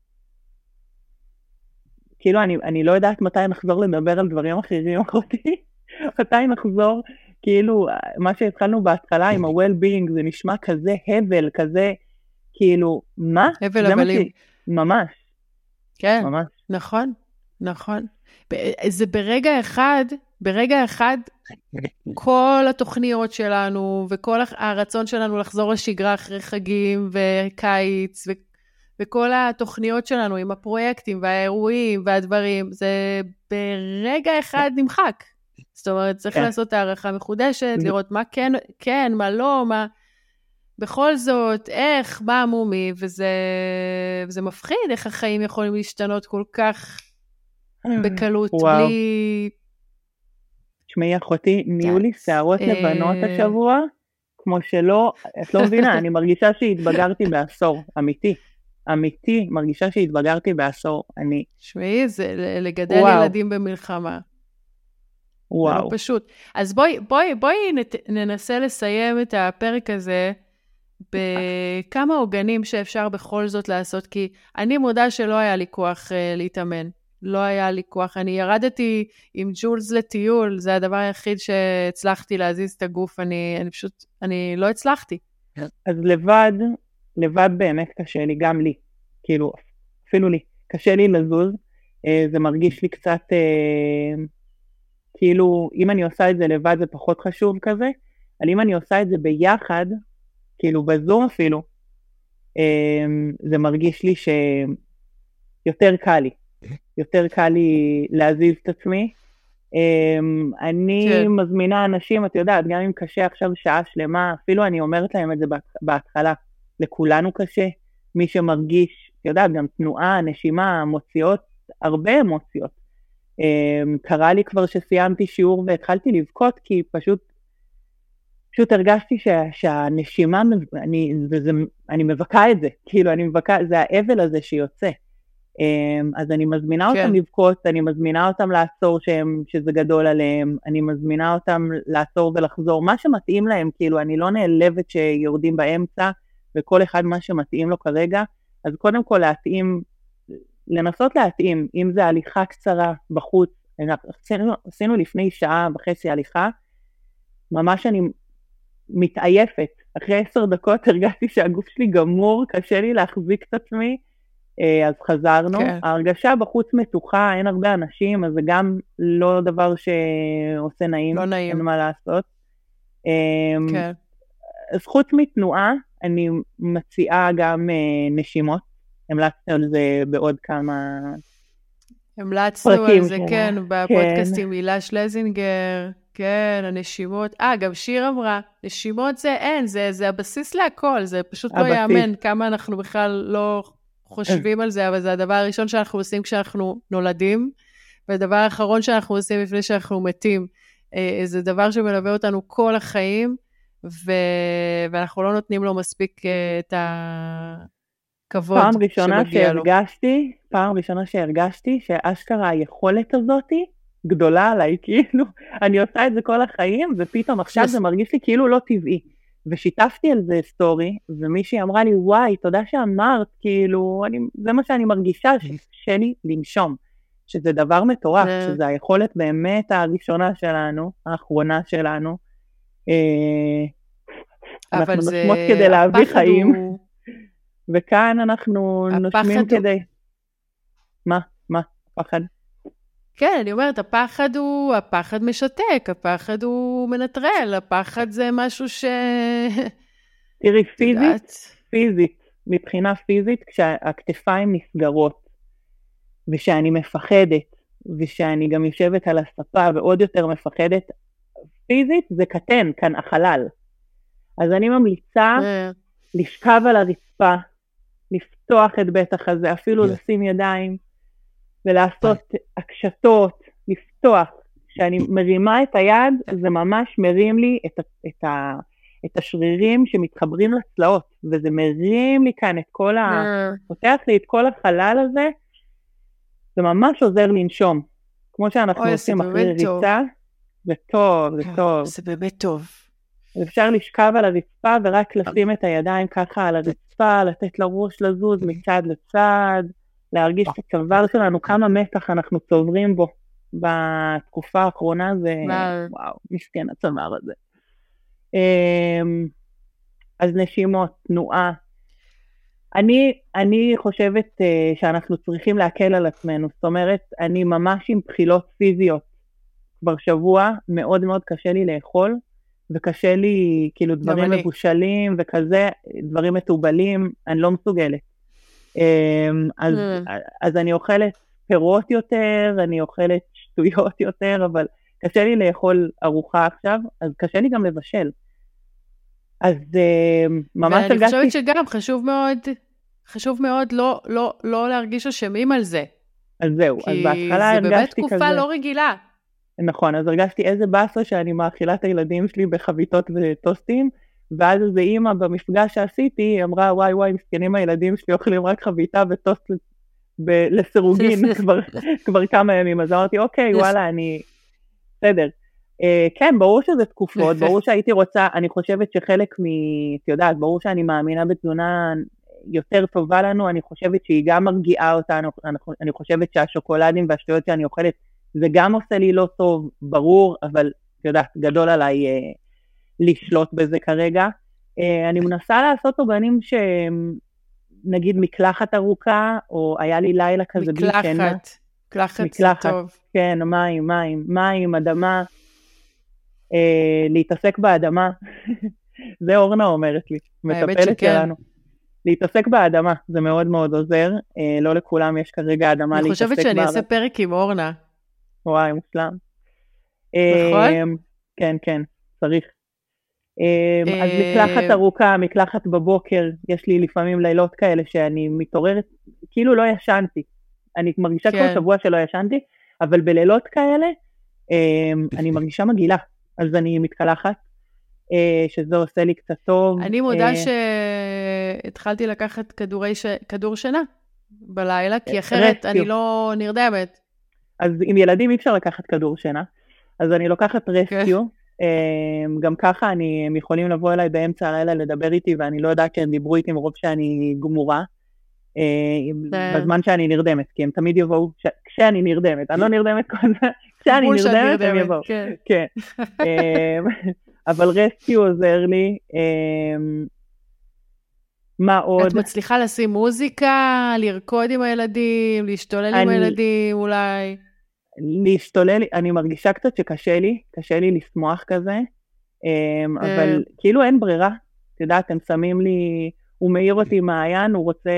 [SPEAKER 2] כאילו אני לא יודעת מתי נחזור לדבר על דברים אחרים אחותי, מתי נחזור, כאילו מה שהתחלנו בהתחלה עם ה-well-being זה נשמע כזה הבל, כזה כאילו, מה?
[SPEAKER 1] הבל הבלים.
[SPEAKER 2] ממש.
[SPEAKER 1] כן,
[SPEAKER 2] ממש.
[SPEAKER 1] נכון, נכון. זה ברגע אחד, כל התוכניות שלנו, וכל הרצון שלנו לחזור לשגרה אחרי חגים וקיץ, וכל התוכניות שלנו עם הפרויקטים והאירועים והדברים, זה ברגע אחד נמחק. זאת אומרת, צריך לעשות הערכה מחודשת, לראות מה כן, מה לא, מה... בכל זאת, איך, מה המומי, וזה מפחיד, איך החיים יכולים להשתנות כל כך בקלות, בלי...
[SPEAKER 2] תשמעי אחותי, נהיו לי שערות לבנות השבוע, כמו שלא, את לא מבינה, אני מרגישה שהתבגרתי בעשור, אמיתי, מרגישה שהתבגרתי בעשור,
[SPEAKER 1] תשמעי, זה לגדל ילדים במלחמה. וואו. זה לא פשוט. אז בואי ננסה לסיים את הפרק הזה, בכמה עוגנים שאפשר בכל זאת לעשות, כי אני מודה שלא היה לי כוח להתאמן. לא היה לי כוח. אני ירדתי עם ג'ולס לטיול, זה הדבר היחיד שהצלחתי להזיז את הגוף, אני לא הצלחתי.
[SPEAKER 2] אז לבד באמת קשה לי, גם לי, כאילו, אפילו לי, קשה לי לזוז, זה מרגיש לי קצת, כאילו, אם אני עושה את זה לבד זה פחות חשוב כזה, אבל אם אני עושה את זה ביחד, כאילו בזום אפילו, זה מרגיש לי שיותר קל לי להזיז את עצמי. אני מזמינה אנשים, את יודעת, גם אם קשה עכשיו שעה שלמה, אפילו אני אומרת להם את זה בהתחלה, לכולנו קשה, מי שמרגיש, את יודעת, גם תנועה, נשימה, מוציאות, הרבה אמוציות. קרה לי כבר שסיימתי שיעור והתחלתי לבכות, כי פשוט הרגשתי שהנשימה, אני מבכה את זה, כאילו אני מבכה, זה האבל הזה שיוצא. אז אני מזמינה אותם לבכות, אני מזמינה אותם לעצור שזה גדול עליהם, אני מזמינה אותם לעצור ולחזור, מה שמתאים להם, כאילו אני לא נעלבת שיורדים באמצע, וכל אחד מה שמתאים לו כרגע, אז קודם כל לנסות להתאים, אם זה הליכה קצרה בחוץ, עשינו לפני שעה וחצי הליכה, ממש אני מתעייפת, אחרי 10 דקות הרגשתי שהגוף שלי גמור, קשה לי להחזיק את עצמי, אז חזרנו, ההרגשה בחוץ מתוחה, אין הרבה אנשים, אז זה גם לא דבר שעושה נעים, אין מה לעשות. אז חוץ מתנועה, אני מציעה גם נשימות, המלצנו על זה בעוד כמה
[SPEAKER 1] המלצנו על זה, כן, בפודקאסט עם הילה שלזינגר, כן, הנשימות, גם שיר אמרה, נשימות זה אין, זה הבסיס להכל, זה פשוט לא יאמן כמה אנחנו בכלל לא חושבים על זה, אבל זה הדבר הראשון שאנחנו עושים כשאנחנו נולדים, והדבר האחרון שאנחנו עושים לפני שאנחנו מתים, זה דבר שמלווה אותנו כל החיים, ואנחנו לא נותנים לו מספיק את הכבוד שמגיע לו.
[SPEAKER 2] פעם ראשונה שהרגשתי שאשכרה היכולת הזאת גדולה עליי, כאילו, אני עושה את זה כל החיים, ופתאום עכשיו זה מרגיש לי כאילו לא טבעי. ושיתפתי על זה סטורי, ומישהי אמרה לי, וואי, תודה שאמרת, כאילו, זה מה שאני מרגישה, שלי לנשום, שזה דבר מטורף, שזה היכולת באמת הראשונה שלנו, האחרונה שלנו, אנחנו נושמות כדי להביא חיים, וכאן אנחנו נושמים כדי... מה? פחד?
[SPEAKER 1] כן, אני אומרת, הפחד משתק, הפחד הוא מנטרל, הפחד זה משהו
[SPEAKER 2] תראי, פיזית, מבחינה פיזית, כשהכתפיים נסגרות, ושאני מפחדת, ושאני גם יושבת על הספה, ועוד יותר מפחדת, פיזית זה קטן, כאן החלל. אז אני ממליצה לשכב על הרצפה, לפתוח את בית החזה, אפילו לשים ידיים, ולעשות הקשתות, לפתוח. כשאני מרימה את היד, זה ממש מרים לי את השרירים שמתחברים לצלעות, וזה מרים לי כאן את כל פותח לי את כל החלל הזה, זה ממש עוזר לנשום. כמו שאנחנו עושים אחרי ריצה, זה טוב, זה טוב.
[SPEAKER 1] זה באמת טוב.
[SPEAKER 2] אפשר לשכב על הרצפה, ורק לשים את הידיים ככה על הרצפה, לתת לראש לזוז מצד לצד, להרגיש את הצוואר שלנו, כמה מתח אנחנו צוברים בו בתקופה האחרונה, זה וואו, מסכן הצוואר הזה. אז נשימות, תנועה. אני חושבת שאנחנו צריכים להקל על עצמנו, זאת אומרת, אני ממש עם בחילות פיזיות, כבר שבוע מאוד מאוד קשה לי לאכול, וקשה לי כאילו דברים מבושלים וכזה, דברים מטובלים, אני לא מסוגלת. אז אני אוכלת פירות יותר, אני אוכלת שטויות יותר, אבל קשה לי לאכול ארוחה עכשיו, אז קשה לי גם לבשל. אז ממש
[SPEAKER 1] ואני חושבת שגם חשוב מאוד לא להרגיש אשמים על זה.
[SPEAKER 2] אז זהו, אז בהתחלה הרגשתי כזה. כי זה באמת
[SPEAKER 1] תקופה לא רגילה.
[SPEAKER 2] נכון, אז הרגשתי איזה באסה שאני מאכילה את הילדים שלי בחביתות וטוסטים, ואז איזה אימא במפגש שעשיתי, אמרה וואי מסכנים הילדים שלי אוכלים רק חביתה וטוסט לסירוגין כבר כמה ימים, אז אמרתי אוקיי וואלה אני בסדר. כן, ברור שזה תקופות, ברור שהייתי רוצה, אני חושבת שחלק את יודעת, ברור שאני מאמינה בתזונה יותר טובה לנו, אני חושבת שהיא גם מרגיעה אותנו, אני חושבת שהשוקולדים והשטויות שאני אוכלת, זה גם עושה לי לא טוב, ברור, אבל את יודעת, גדול עליי לשלוט בזה כרגע. אני מנסה לעשות עוגנים שנגיד מקלחת ארוכה, או היה לי לילה כזה בלי שינה.
[SPEAKER 1] מקלחת זה טוב.
[SPEAKER 2] כן, מים, אדמה, להתעסק באדמה. זה אורנה אומרת לי, מטפלת שלנו. להתעסק באדמה, זה מאוד מאוד עוזר, לא לכולם יש כרגע אדמה להתעסק באדמה.
[SPEAKER 1] אני חושבת שאני אעשה פרק עם אורנה.
[SPEAKER 2] וואי, מושלם.
[SPEAKER 1] נכון?
[SPEAKER 2] כן, צריך. אז מקלחת ארוכה, מקלחת בבוקר, יש לי לפעמים לילות כאלה שאני מתעוררת, כאילו לא ישנתי. אני מרגישה כל שבוע שלא ישנתי, אבל בלילות כאלה אני מרגישה מגעילה, אז אני מתקלחת, שזה עושה לי קצת טוב.
[SPEAKER 1] אני מודה שהתחלתי לקחת כדור שינה בלילה, כי אחרת אני לא נרדמת.
[SPEAKER 2] אז עם ילדים אי אפשר לקחת כדור שינה, אז אני לוקחת רסקיו, גם ככה הם יכולים לבוא אליי באמצע הלילה לדבר איתי, ואני לא יודעת שהם דיברו איתי מרוב שאני גמורה, בזמן שאני נרדמת, כי הם תמיד יבואו כשאני נרדמת, אני לא נרדמת כל זה, כשאני נרדמת הם יבואו. כן. אבל רסקיו עוזר לי. מה עוד?
[SPEAKER 1] את מצליחה לשים מוזיקה, לרקוד עם הילדים, להשתולל עם הילדים אולי?
[SPEAKER 2] להשתולל, אני מרגישה קצת שקשה לי לשמוח כזה, אבל כאילו אין ברירה, את יודעת, הם שמים לי, הוא מעיר אותי מעיין, הוא רוצה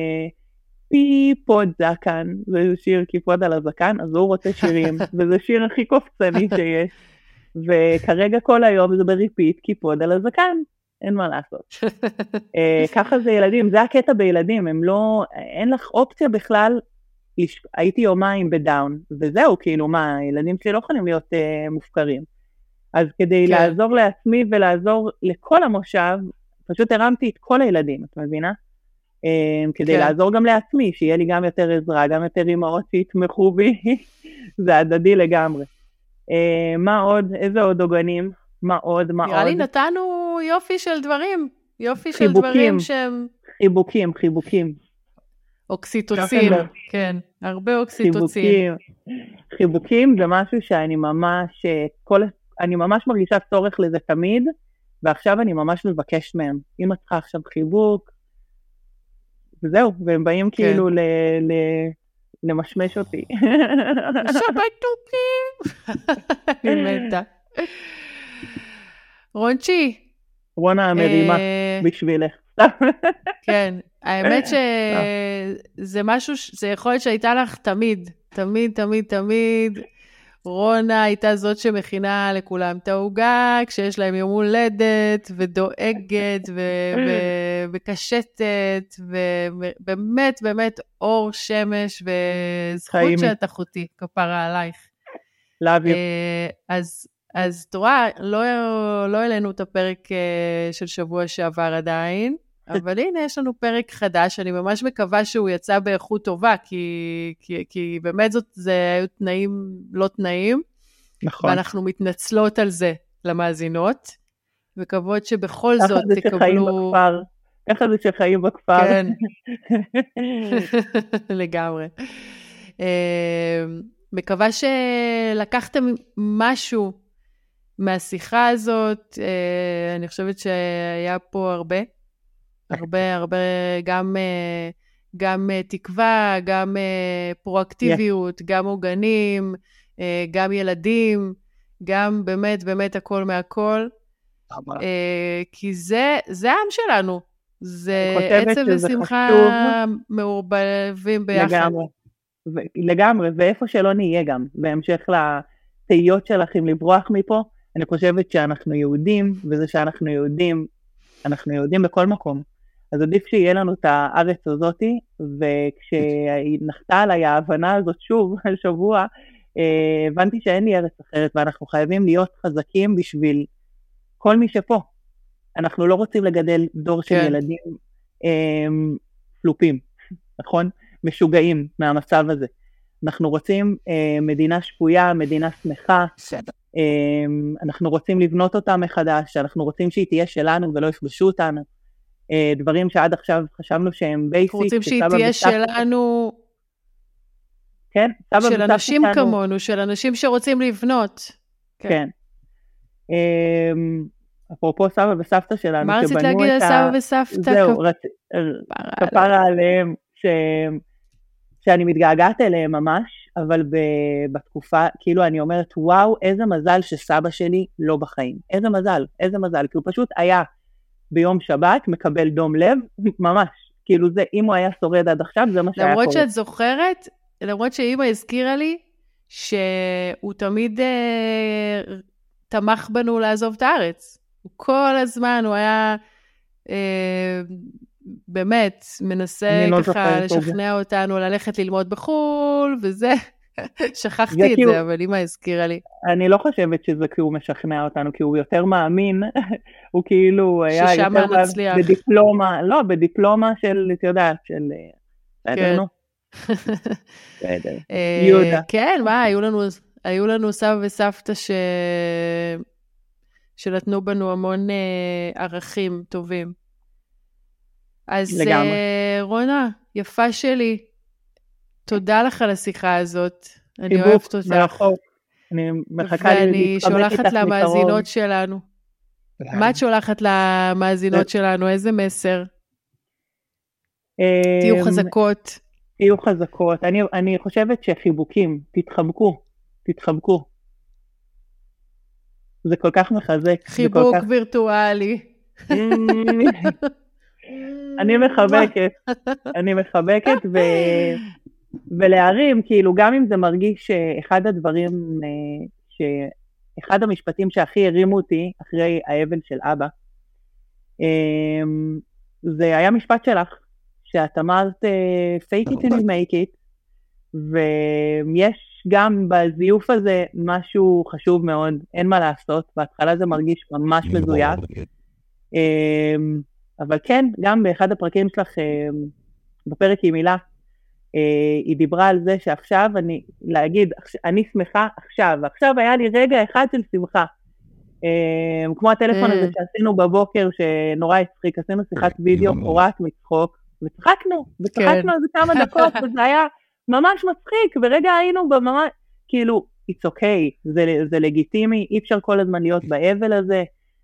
[SPEAKER 2] פיפוד זקן, זה שיר קיפוד על הזקן, אז הוא רוצה שירים, וזה שיר הכי קופצני שיש, וכרגע כל היום זה בריפיט קיפוד על הזקן, אין מה לעשות. ככה זה ילדים, זה הקטע בילדים, אין לך אופציה בכלל, הייתי יומיים בדאון, וזהו, כאילו מה, ילדים שלי לא יכולים להיות מופקרים. אז כדי לעזור לעצמי ולעזור לכל המושב, פשוט הרמתי את כל הילדים, את מבינה? כדי לעזור גם לעצמי, שיהיה לי גם יותר עזרה, גם יותר אמהות שיתמכו בי, זה הדדי לגמרי. מה עוד? איזה עוד עוגנים? מה עוד?
[SPEAKER 1] נראה לי נתנו יופי של דברים, יופי של דברים שהם...
[SPEAKER 2] חיבוקים.
[SPEAKER 1] אוקסיטוצין, כן, הרבה אוקסיטוצין.
[SPEAKER 2] חיבוקים זה משהו שאני ממש מרגישה צורך לזה תמיד, ועכשיו אני ממש מבקשת מהם. אם את צריכה עכשיו חיבוק, וזהו, והם באים כאילו למשמש אותי.
[SPEAKER 1] שבתוקים! אני מתה.
[SPEAKER 2] רונה המרימה בשבילך.
[SPEAKER 1] כן, האמת שזה משהו, זה יכול להיות שהייתה לך תמיד, רונה הייתה זאת שמכינה לכולם את העוגה, כשיש להם יום הולדת, ודואגת, וקשטת, ובאמת אור שמש, וזכות שאת אחותי, כפרה עלייך.
[SPEAKER 2] Love you.
[SPEAKER 1] אז תורה, לא העלינו את הפרק של שבוע שעבר עדיין, אבל הנה יש לנו פרק חדש, אני ממש מקווה שהוא יצא באיכות טובה, כי באמת זה היו תנאים לא תנאים,
[SPEAKER 2] נכון.
[SPEAKER 1] ואנחנו מתנצלות על זה למאזינות, מקוות שבכל זאת תקבלו...
[SPEAKER 2] ככה זה שחיים בכפר.
[SPEAKER 1] כן, לגמרי. מקווה שלקחתם משהו מהשיחה הזאת, אני חושבת שהיה פה הרבה גם תקווה, גם פרואקטיביות, גם עוגנים, גם ילדים, גם באמת הכל מהכל, כי זה העם שלנו, זה עצב ושמחה מעורבבים ביחד.
[SPEAKER 2] לגמרי, ואיפה שלא נהיה גם, בהמשך לתהיות שלכם לברוח מפה, אני חושבת שאנחנו יהודים, וזה שאנחנו יהודים, אנחנו יהודים בכל מקום. אז עדיף שיהיה לנו את הארץ הזאת, וכשנחתה עליי ההבנה הזאת שוב, השבוע, הבנתי שאין לי ארץ אחרת, ואנחנו חייבים להיות חזקים בשביל כל מי שפה. אנחנו לא רוצים לגדל דור של ילדים פלופים, נכון? משוגעים מהמצב הזה. אנחנו רוצים מדינה שפויה, מדינה שמחה, אנחנו רוצים לבנות אותה מחדש, אנחנו רוצים שהיא תהיה שלנו ולא יפגשו אותנו, דברים שעד עכשיו חשבנו שהם בייסיק.
[SPEAKER 1] אנחנו רוצים שהיא תהיה שלנו,
[SPEAKER 2] כן,
[SPEAKER 1] של אנשים כמונו, של אנשים שרוצים לבנות.
[SPEAKER 2] כן. אפרופו סבא וסבתא שלנו,
[SPEAKER 1] מה רצית להגיד על סבא וסבתא?
[SPEAKER 2] זהו, כפרה עליהם, שאני מתגעגעת אליהם ממש, אבל בתקופה, כאילו אני אומרת, וואו, איזה מזל שסבא שלי לא בחיים. איזה מזל, כי הוא פשוט היה ביום שבת, מקבל דום לב, ממש. כאילו זה, אם הוא היה שורד עד עכשיו, זה מה שהיה קורה.
[SPEAKER 1] למרות שאת זוכרת, למרות שאמא הזכירה לי, שהוא תמיד תמך בנו לעזוב את הארץ. כל הזמן הוא היה... באמת, מנסה ככה לשכנע אותנו ללכת ללמוד בחול, וזה, שכחתי את זה, אבל אמא הזכירה לי.
[SPEAKER 2] אני לא חושבת שזה כי הוא משכנע אותנו, כי הוא יותר מאמין, הוא כאילו היה יותר בדיפלומה, לא, בדיפלומה של, אתה יודע, של, בסדר, נו. יהודה.
[SPEAKER 1] כן, מה, היו לנו סבא וסבתא שנתנו בנו המון ערכים טובים. אז רונה, יפה שלי, תודה לך על השיחה הזאת, אני אוהבת אותך, ואני שולחת למאזינות שלנו, מה את שולחת למאזינות שלנו, איזה מסר? תהיו חזקות.
[SPEAKER 2] תהיו חזקות, אני חושבת שחיבוקים, תתחבקו, זה כל כך מחזק.
[SPEAKER 1] חיבוק וירטואלי.
[SPEAKER 2] אני מחבקת ולהרים, כאילו גם אם זה מרגיש שאחד הדברים, שאחד המשפטים שהכי הרימו אותי אחרי האבן של אבא, זה היה משפט שלך, שאת אמרת fake it till you make it, ויש גם בזיוף הזה משהו חשוב מאוד, אין מה לעשות, בהתחלה זה מרגיש ממש מזויף, אבל כן, גם באחד הפרקים שלך, בפרק עם הילה, היא דיברה על זה שעכשיו אני שמחה עכשיו היה לי רגע אחד של שמחה, כמו הטלפון הזה שעשינו בבוקר שנורא הצחיק, עשינו שיחת וידאו קורעת מצחוק, וצחקנו על זה כמה דקות, וזה היה ממש מצחיק, ורגע היינו בממש, כאילו, it's okay, זה לגיטימי, אי אפשר כל הזמן להיות באבל הזה.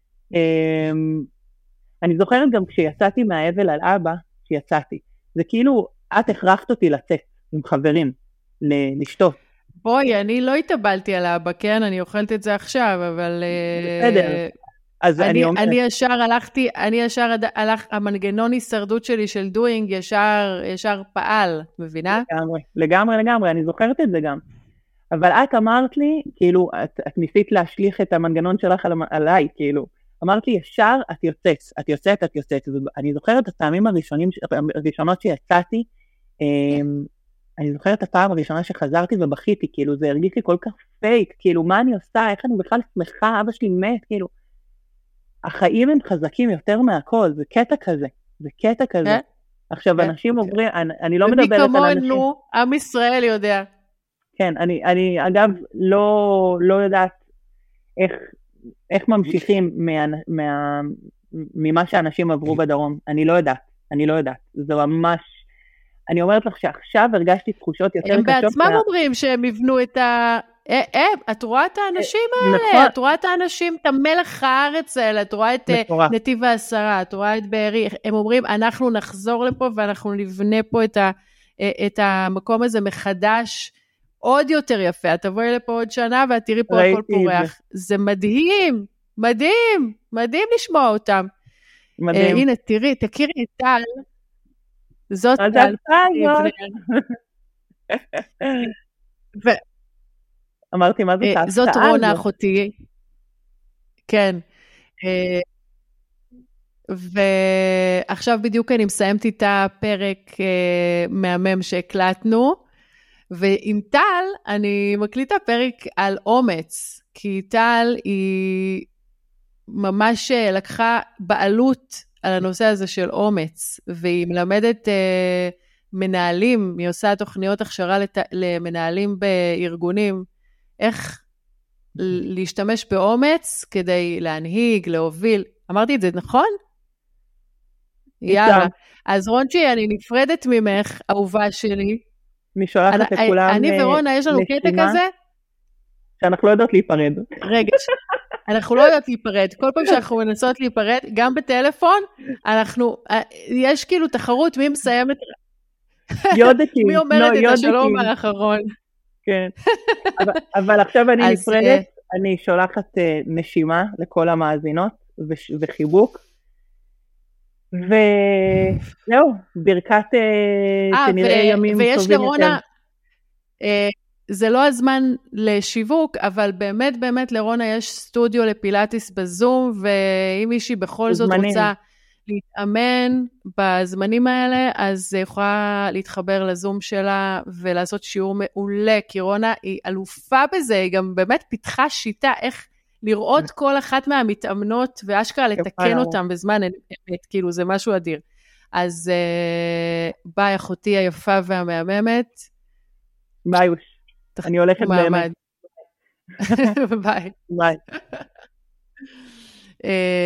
[SPEAKER 2] אני זוכרת גם כשיצאתי מהאבל על אבא, שיצאתי, זה כאילו, את הכרחת אותי לצאת עם חברים, לשתות.
[SPEAKER 1] בואי, אני לא התאבלתי על אבא, כן? אני אוכלת את זה עכשיו, אבל...
[SPEAKER 2] בסדר. אז אני אומרת...
[SPEAKER 1] אני ישר המנגנון הישרדות שלי של doing ישר פעל, מבינה?
[SPEAKER 2] לגמרי, אני זוכרת את זה גם. אבל את אמרת לי, כאילו, את ניסית להשליך את המנגנון שלך עליי, כאילו, אמרת לי ישר, את יוצאת. אני זוכרת את הפעמים הראשונות שיצאתי, אני זוכרת את הפעם הראשונה שחזרתי ובכיתי, כאילו, זה הרגיש לי כל כך פייק, כאילו, מה אני עושה, איך אני בכלל שמחה, אבא שלי מת, כאילו, החיים הם חזקים יותר מהכל, זה קטע כזה. עכשיו, אנשים עוברים, אני לא מדברת על אנשים...
[SPEAKER 1] ומי כמונו, עם ישראל יודע.
[SPEAKER 2] כן, אני אגב לא יודעת איך ממשיכים ממה שאנשים עברו בדרום, אני לא יודעת, זה ממש, אני אומרת לך שעכשיו הרגשתי תחושות יותר קשות.
[SPEAKER 1] הם בעצמם אומרים שהם יבנו את את רואה את האנשים האלה, את רואה את האנשים, את המלך הארץ האלה, את רואה את נתיב העשרה, את רואה את בארי, הם אומרים, אנחנו נחזור לפה ואנחנו נבנה פה את המקום הזה מחדש, עוד יותר יפה, את תבואי לפה עוד שנה ואת תראי פה הכל פורח. זה מדהים לשמוע אותם. מדהים. הנה, תכירי את טל, זאת טל.
[SPEAKER 2] אמרתי, מה זאת?
[SPEAKER 1] זאת רונה אחותי. כן. ועכשיו בדיוק אני מסיימת איתה פרק מהמם שהקלטנו, ועם טל אני מקליטה פרק על אומץ, כי טל היא ממש לקחה בעלות על הנושא הזה של אומץ, והיא מלמדת מנהלים, היא עושה תוכניות הכשרה למנהלים בארגונים, איך להשתמש באומץ כדי להנהיג, להוביל. אמרתי את זה, נכון? יאללה. אז רונצ'י, אני נפרדת ממך, אהובה שלי.
[SPEAKER 2] אני שולחת את כולם
[SPEAKER 1] אני ורונה, יש לנו קטע כזה?
[SPEAKER 2] שאנחנו לא יודעות להיפרד.
[SPEAKER 1] רגע, אנחנו לא יודעות להיפרד. כל פעם שאנחנו מנסות להיפרד, גם בטלפון, יש כאילו תחרות מי מסיימת... מי אומרת את השלום האחרון. כן.
[SPEAKER 2] אבל עכשיו אני נפרדת, אני שולחת נשימה לכל המאזינות וחיבוק. וזהו, ברכת שנראה ימים טובים יותר.
[SPEAKER 1] ויש לרונה, זה לא הזמן לשיווק, אבל באמת לרונה יש סטודיו לפילאטיס בזום, ואם מישהי בכל זאת רוצה להתאמן בזמנים האלה, אז יכולה להתחבר לזום שלה ולעשות שיעור מעולה, כי רונה היא אלופה בזה, היא גם באמת פיתחה שיטה איך לראות כל אחת מהמתאמנות, ואשכרה לתקן אותם בזמן אמת, כאילו זה משהו אדיר. אז ביי אחותי היפה והמהממת.
[SPEAKER 2] ביי, אני הולכת באמת.
[SPEAKER 1] ביי.
[SPEAKER 2] ביי.